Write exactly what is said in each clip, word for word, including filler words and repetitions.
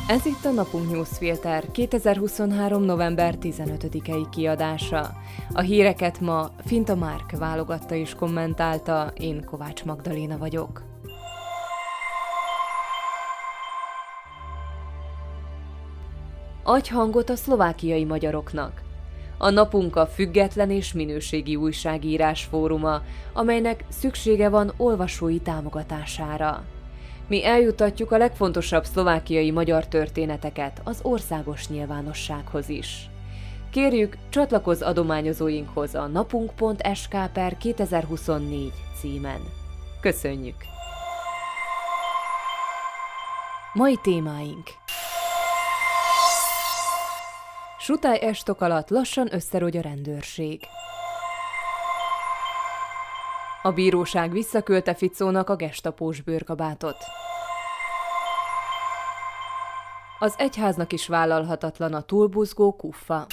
Ez itt a Napunk Newsfilter kétezer-huszonhárom. november tizenötödikei kiadása. A híreket ma Finta Márk válogatta és kommentálta, én Kovács Magdaléna vagyok. Adj hangot a szlovákiai magyaroknak. A Napunk a független és minőségi újságírás fóruma, amelynek szüksége van olvasói támogatására. Mi eljutatjuk a legfontosabb szlovákiai magyar történeteket az országos nyilvánossághoz is. Kérjük, csatlakozz adományozóinkhoz a napunk pont es ká per kétezer-huszonnégy címen. Köszönjük! Mai témáink: Sutály Estok alatt lassan összerogy a rendőrség. A bíróság visszaküldte Ficónak a gestapós bőrkabátot. Az egyháznak is vállalhatatlan a túlbuzgó kuffa.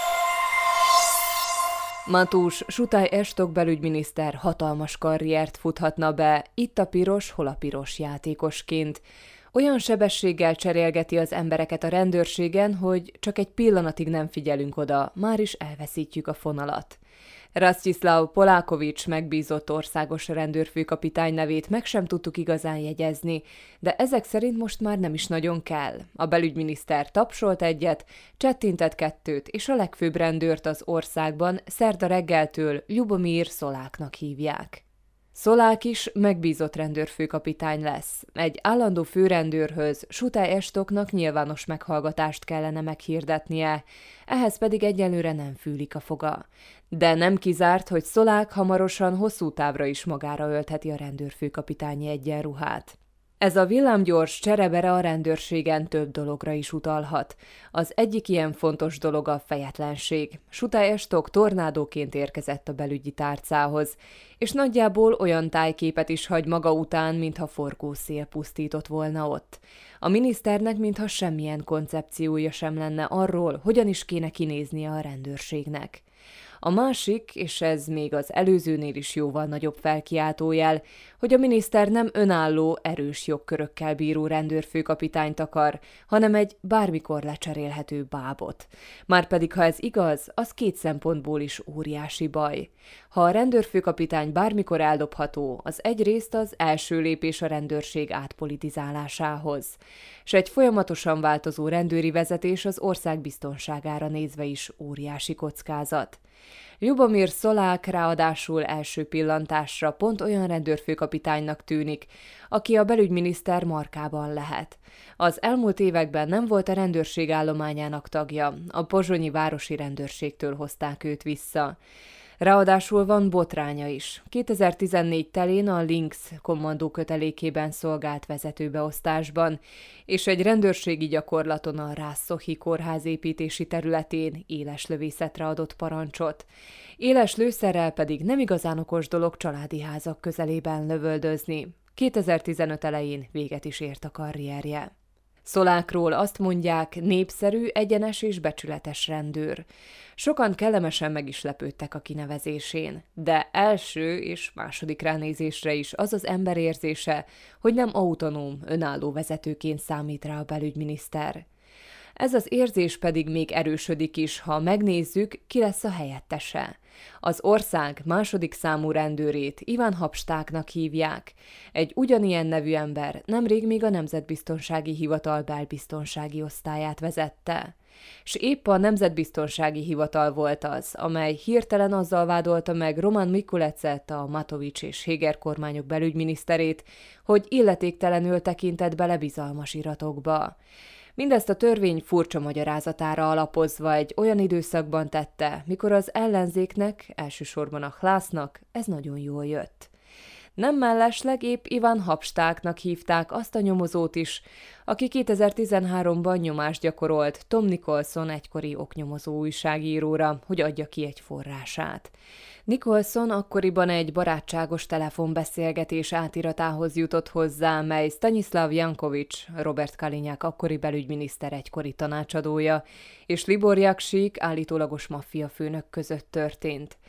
Matús Sutály Estok belügyminiszter hatalmas karriert futhatna be, itt a piros, hol a piros játékosként. Olyan sebességgel cserélgeti az embereket a rendőrségen, hogy csak egy pillanatig nem figyelünk oda, már is elveszítjük a fonalat. Rastislav Polákovics megbízott országos rendőrfőkapitány nevét meg sem tudtuk igazán jegyezni, de ezek szerint most már nem is nagyon kell. A belügyminiszter tapsolt egyet, csettintett kettőt, és a legfőbb rendőrt az országban szerda reggeltől Ljubomir Szoláknak hívják. Szolák is megbízott rendőrfőkapitány lesz. Egy állandó főrendőrhöz, Sutály Estoknak nyilvános meghallgatást kellene meghirdetnie, ehhez pedig egyelőre nem fűlik a foga. De nem kizárt, hogy Szolák hamarosan hosszú távra is magára öltheti a rendőrfőkapitányi egyenruhát. Ez a villámgyors cserebere a rendőrségen több dologra is utalhat. Az egyik ilyen fontos dolog a fejetlenség. Sutály Estok tornádóként érkezett a belügyi tárcához, és nagyjából olyan tájképet is hagy maga után, mintha forgószél pusztított volna ott. A miniszternek mintha semmilyen koncepciója sem lenne arról, hogyan is kéne kinéznie a rendőrségnek. A másik, és ez még az előzőnél is jóval nagyobb felkiáltójel, hogy a miniszter nem önálló, erős jogkörökkel bíró rendőrfőkapitányt akar, hanem egy bármikor lecserélhető bábot. Márpedig, ha ez igaz, az két szempontból is óriási baj. Ha a rendőrfőkapitány bármikor eldobható, az egyrészt az első lépés a rendőrség átpolitizálásához, s egy folyamatosan változó rendőri vezetés az ország biztonságára nézve is óriási kockázat. Ljubomir Szolák ráadásul első pillantásra pont olyan rendőrfőkapitánynak tűnik, aki a belügyminiszter markában lehet. Az elmúlt években nem volt a rendőrség állományának tagja, a pozsonyi városi rendőrségtől hozták őt vissza. Ráadásul van botránya is. kétezer-tizennégy telén a Lynx kommandó kötelékében szolgált vezetőbeosztásban, és egy rendőrségi gyakorlaton a Rászszohi kórház építési területén éles lövészetre adott parancsot. Éles lőszerrel pedig nem igazán okos dolog családi házak közelében lövöldözni. kétezer-tizenöt elején véget is ért a karrierje. Szolákról azt mondják, népszerű, egyenes és becsületes rendőr. Sokan kellemesen meg is lepődtek a kinevezésén, de első és második ránézésre is az az ember érzése, hogy nem autonóm, önálló vezetőként számít rá a belügyminiszter. Ez az érzés pedig még erősödik is, ha megnézzük, ki lesz a helyettese. Az ország második számú rendőrét Iván Habstáknak hívják. Egy ugyanilyen nevű ember nemrég még a Nemzetbiztonsági Hivatal belbiztonsági osztályát vezette. S épp a Nemzetbiztonsági Hivatal volt az, amely hirtelen azzal vádolta meg Roman Mikulecet, a Matovics és Heger kormányok belügyminiszterét, hogy illetéktelenül tekintett bele bizalmas iratokba. Mindezt a törvény furcsa magyarázatára alapozva egy olyan időszakban tette, mikor az ellenzéknek, elsősorban a Hlásznak, ez nagyon jól jött. Nem mellesleg épp Iván Habstáknak hívták azt a nyomozót is, aki kétezer-tizenháromban nyomást gyakorolt Tom Nicholson egykori oknyomozó újságíróra, hogy adja ki egy forrását. Nicholson akkoriban egy barátságos telefonbeszélgetés átiratához jutott hozzá, mely Stanislav Jankovics, Robert Kaliňák akkori belügyminiszter egykori tanácsadója, és Libor Jaksik, állítólagos maffia főnök között történt.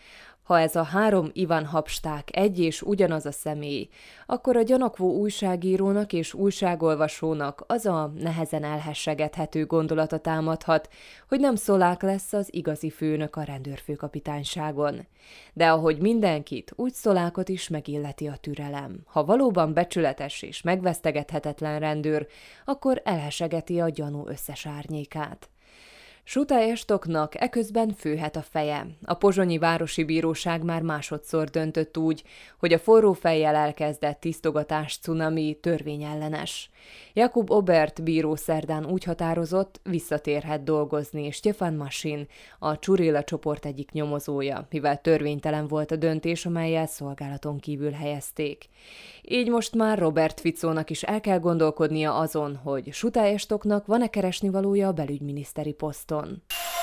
Ha ez a három Ivan Habsták egy és ugyanaz a személy, akkor a gyanakvó újságírónak és újságolvasónak az a nehezen elhessegethető gondolata támadhat, hogy nem Szolák lesz az igazi főnök a rendőrfőkapitányságon. De ahogy mindenkit, úgy Szolákot is megilleti a türelem. Ha valóban becsületes és megvesztegethetetlen rendőr, akkor elhessegeti a gyanú összes árnyékát. Sutai Estoknak eközben főhet a feje. A pozsonyi városi bíróság már másodszor döntött úgy, hogy a forró fejjel elkezdett tisztogatás cunami törvényellenes. Jakub Obert bíró szerdán úgy határozott, visszatérhet dolgozni, és Stefan Masin, a Csurila csoport egyik nyomozója, mivel törvénytelen volt a döntés, amellyel szolgálaton kívül helyezték. Így most már Robert Ficónak is el kell gondolkodnia azon, hogy Sutai Estoknak van-e keresnivalója a belügyminiszteri poszton.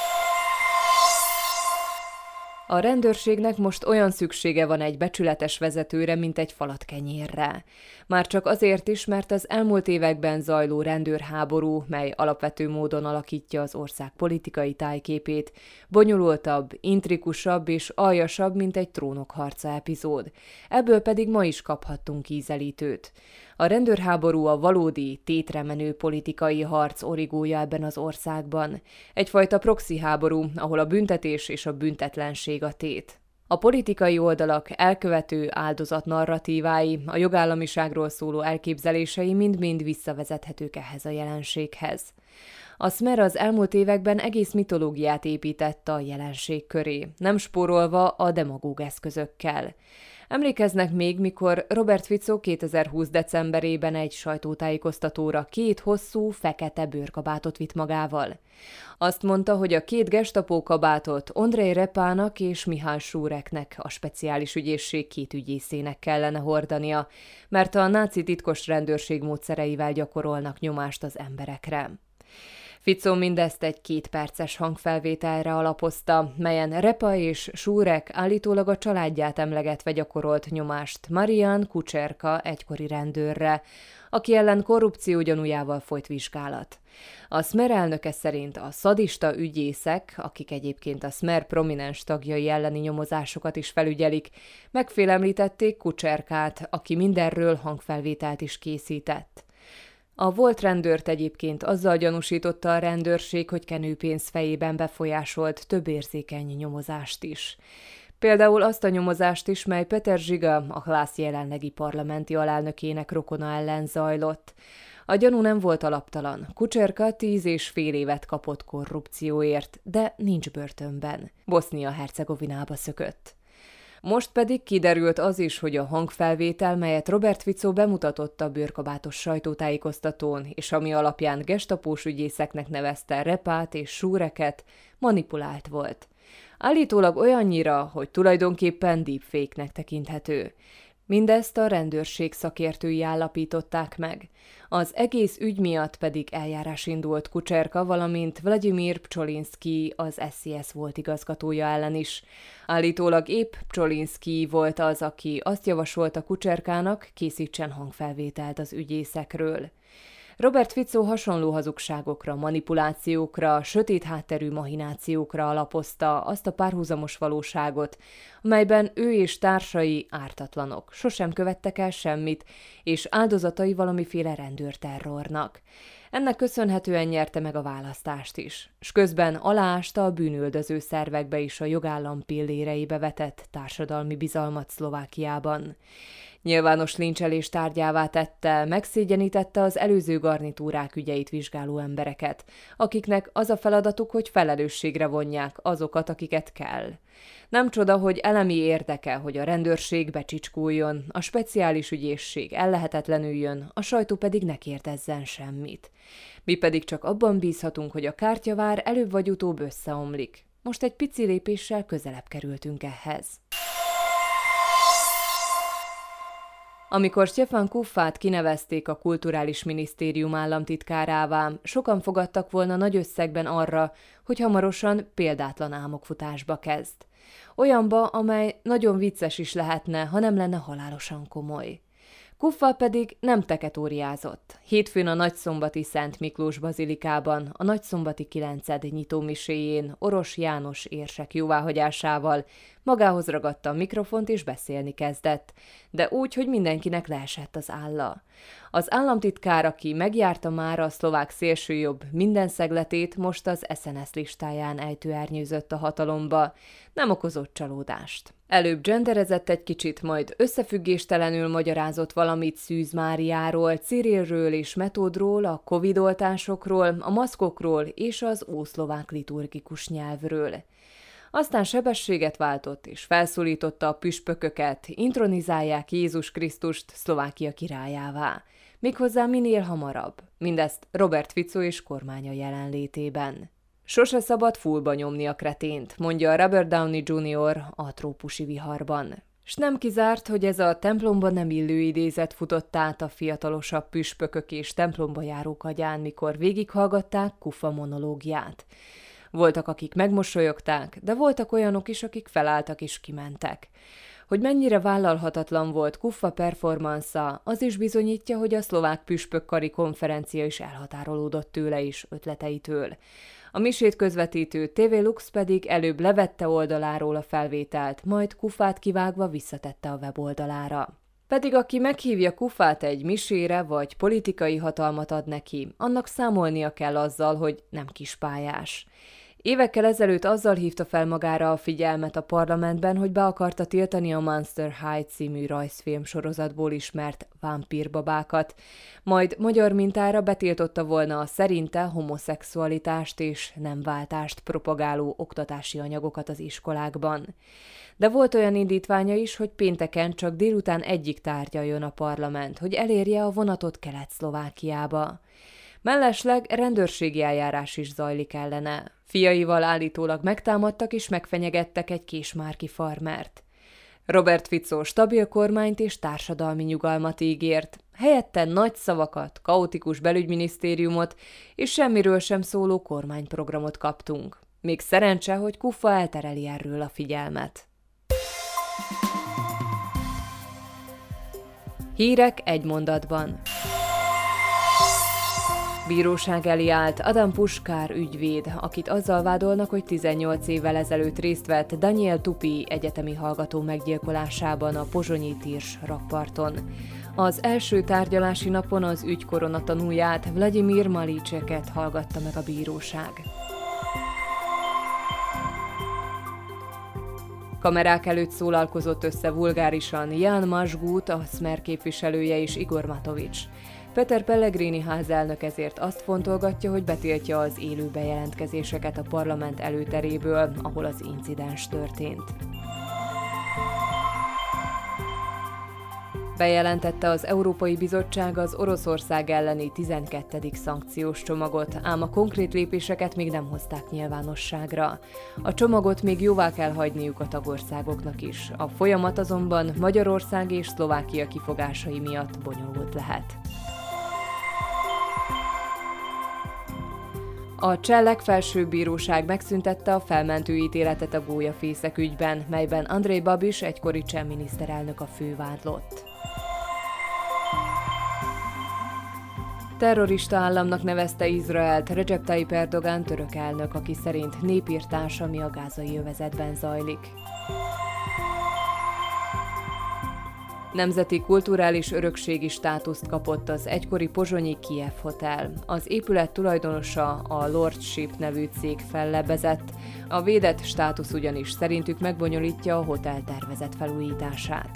A rendőrségnek most olyan szüksége van egy becsületes vezetőre, mint egy falat kenyérre. Már csak azért is, mert az elmúlt években zajló rendőrháború, mely alapvető módon alakítja az ország politikai tájképét, bonyolultabb, intrikusabb és aljasabb, mint egy trónokharca epizód. Ebből pedig ma is kaphattunk ízelítőt. A rendőrháború a valódi, tétre menő politikai harc origója ebben az országban. Egyfajta proxy háború, ahol a büntetés és a büntetlenség a tét. A politikai oldalak elkövető áldozat narratívái, a jogállamiságról szóló elképzelései mind-mind visszavezethetők ehhez a jelenséghez. A Smer az elmúlt években egész mitológiát épített a jelenség köré, nem spórolva a demagóg eszközökkel. Emlékeznek még, mikor Robert Fico kétezer-húsz decemberében egy sajtótájékoztatóra két hosszú, fekete bőrkabátot vitt magával. Azt mondta, hogy a két gestapó kabátot Ondrej Repának és Mihály Súreknek, a speciális ügyészség két ügyészének kellene hordania, mert a náci titkos rendőrség módszereivel gyakorolnak nyomást az emberekre. Fico mindezt egy kétperces hangfelvételre alapozta, melyen Repa és Súrek állítólag a családját emlegetve gyakorolt nyomást Marian Kucserka egykori rendőrre, aki ellen korrupció gyanújával folyt vizsgálat. A Smer elnöke szerint a szadista ügyészek, akik egyébként a Smer prominens tagjai elleni nyomozásokat is felügyelik, megfélemlítették Kucserkát, aki mindenről hangfelvételt is készített. A volt rendőrt egyébként azzal gyanúsította a rendőrség, hogy kenőpénz fejében befolyásolt több érzékeny nyomozást is. Például azt a nyomozást is, mely Peter Zsiga, a Hlász jelenlegi parlamenti alelnökének rokona ellen zajlott. A gyanú nem volt alaptalan. Kucserka tíz és fél évet kapott korrupcióért, de nincs börtönben. Bosznia-Hercegovinába szökött. Most pedig kiderült az is, hogy a hangfelvétel, melyet Robert Fico bemutatott a bőrkabátos sajtótájékoztatón, és ami alapján gestapós ügyészeknek nevezte Repát és Súreket, manipulált volt. Állítólag olyannyira, hogy tulajdonképpen deepfake-nek tekinthető. Mindezt a rendőrség szakértői állapították meg. Az egész ügy miatt pedig eljárás indult Kucserka, valamint Vladimir Pcsolinszky, az es zé es volt igazgatója ellen is. Állítólag épp Pcsolinszky volt az, aki azt javasolta Kucserkának, készítsen hangfelvételt az ügyészekről. Robert Fico hasonló hazugságokra, manipulációkra, sötét hátterű mahinációkra alapozta azt a párhuzamos valóságot, amelyben ő és társai ártatlanok, sosem követtek el semmit, és áldozatai valamiféle rendőrterrornak. Ennek köszönhetően nyerte meg a választást is, s közben aláásta a bűnüldöző szervekbe is a jogállam pilléreibe vetett társadalmi bizalmat Szlovákiában. Nyilvános lincselés tárgyává tette, megszégyenítette az előző garnitúrák ügyeit vizsgáló embereket, akiknek az a feladatuk, hogy felelősségre vonják azokat, akiket kell. Nem csoda, hogy elemi érdeke, hogy a rendőrség becsicskuljon, a speciális ügyészség ellehetetlenüljön, a sajtó pedig ne kérdezzen semmit. Mi pedig csak abban bízhatunk, hogy a kártyavár előbb vagy utóbb összeomlik. Most egy pici lépéssel közelebb kerültünk ehhez. Amikor Stefan Kuffát kinevezték a Kulturális Minisztérium államtitkárává, sokan fogadtak volna nagy összegben arra, hogy hamarosan példátlan álmokfutásba kezd. Olyanba, amely nagyon vicces is lehetne, ha nem lenne halálosan komoly. Kuffa pedig nem teketóriázott. Hétfőn a nagyszombati Szent Miklós bazilikában, a nagyszombati kilenced nyitómiséjén Oros János érsek jóváhagyásával magához ragadta a mikrofont és beszélni kezdett, de úgy, hogy mindenkinek leesett az álla. Az államtitkár, aki megjárta már a szlovák szélsőjobb minden szegletét, most az es en es listáján ejtőernyőzött a hatalomba. Nem okozott csalódást. Előbb genderezett egy kicsit, majd összefüggéstelenül magyarázott valamit Szűz Máriáról, Cirilről és Metódról, a Covid-oltásokról, a maszkokról és az ószlovák liturgikus nyelvről. Aztán sebességet váltott és felszólította a püspököket, intronizálják Jézus Krisztust Szlovákia királyává. Méghozzá minél hamarabb. Mindezt Robert Fico és kormánya jelenlétében. Sose szabad fullba nyomni a kretént, mondja Robert Downey junior a Trópusi viharban. S nem kizárt, hogy ez a templomba nem illő idézet futott át a fiatalosabb püspökök és templomba járók agyán, mikor végighallgatták Kuffa monológiát. Voltak, akik megmosolyogták, de voltak olyanok is, akik felálltak és kimentek. Hogy mennyire vállalhatatlan volt Kuffa performansza, az is bizonyítja, hogy a szlovák püspökkari konferencia is elhatárolódott tőle is ötleteitől. A misét közvetítő té vé Lux pedig előbb levette oldaláról a felvételt, majd Kuffát kivágva visszatette a weboldalára. Pedig aki meghívja Kuffát egy misére vagy politikai hatalmat ad neki, annak számolnia kell azzal, hogy nem kispályás. Évekkel ezelőtt azzal hívta fel magára a figyelmet a parlamentben, hogy be akarta tiltani a Monster High című rajzfilm sorozatból ismert vámpírbabákat, majd magyar mintára betiltotta volna a szerinte homoszexualitást és nemváltást propagáló oktatási anyagokat az iskolákban. De volt olyan indítványa is, hogy pénteken csak délután egyik tárgyaljon a parlament, hogy elérje a vonatot Kelet-Szlovákiába. Mellesleg rendőrségi eljárás is zajlik ellene. Fiaival állítólag megtámadtak és megfenyegettek egy késmárki farmert. Robert Fico stabil kormányt és társadalmi nyugalmat ígért, helyette nagy szavakat, kaotikus belügyminisztériumot és semmiről sem szóló kormányprogramot kaptunk. Még szerencse, hogy Kuffa eltereli erről a figyelmet. Hírek egy mondatban. Bíróság elé állt Adam Puskár ügyvéd, akit azzal vádolnak, hogy tizennyolc évvel ezelőtt részt vett Daniel Tupi egyetemi hallgató meggyilkolásában a pozsonyi Tirs rakparton. Az első tárgyalási napon az ügy koronatanúját, Vladimir Malícseket hallgatta meg a bíróság. Kamerák előtt szólalkozott össze vulgárisan Ján Masgut, a Smer képviselője és Igor Matovics. Peter Pellegrini házelnök ezért azt fontolgatja, hogy betiltja az élő bejelentkezéseket a parlament előteréből, ahol az incidens történt. Bejelentette az Európai Bizottság az Oroszország elleni tizenkettedik szankciós csomagot, ám a konkrét lépéseket még nem hozták nyilvánosságra. A csomagot még jóvá kell hagyniuk a tagországoknak is. A folyamat azonban Magyarország és Szlovákia kifogásai miatt bonyolult lehet. A cseh legfelsőbb bíróság megszüntette a felmentő ítéletet a gólyafészek ügyben, melyben Andrej Babis egykori cseh miniszterelnök a fővádlott. Terrorista államnak nevezte Izraelt Recep Tayyip Erdogan török elnök, aki szerint népirtás, ami a gázai övezetben zajlik. Nemzeti kulturális örökségi státuszt kapott az egykori pozsonyi Kiev Hotel. Az épület tulajdonosa, a Lordship nevű cég fellebezett, a védett státusz ugyanis szerintük megbonyolítja a hotel tervezett felújítását.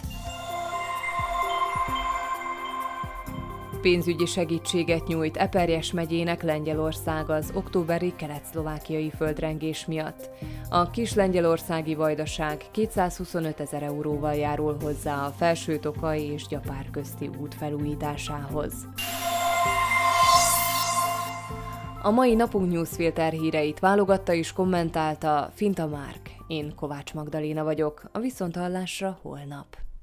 Pénzügyi segítséget nyújt Eperjes megyének Lengyelország az októberi kelet-szlovákiai földrengés miatt. A kis lengyelországi vajdaság kétszázhuszonöt ezer euróval járul hozzá a Felső-Tokaj és Gyapár közti út felújításához. A mai napunk newsfilter híreit válogatta és kommentálta Finta Márk. Én Kovács Magdaléna vagyok, a viszonthallásra holnap.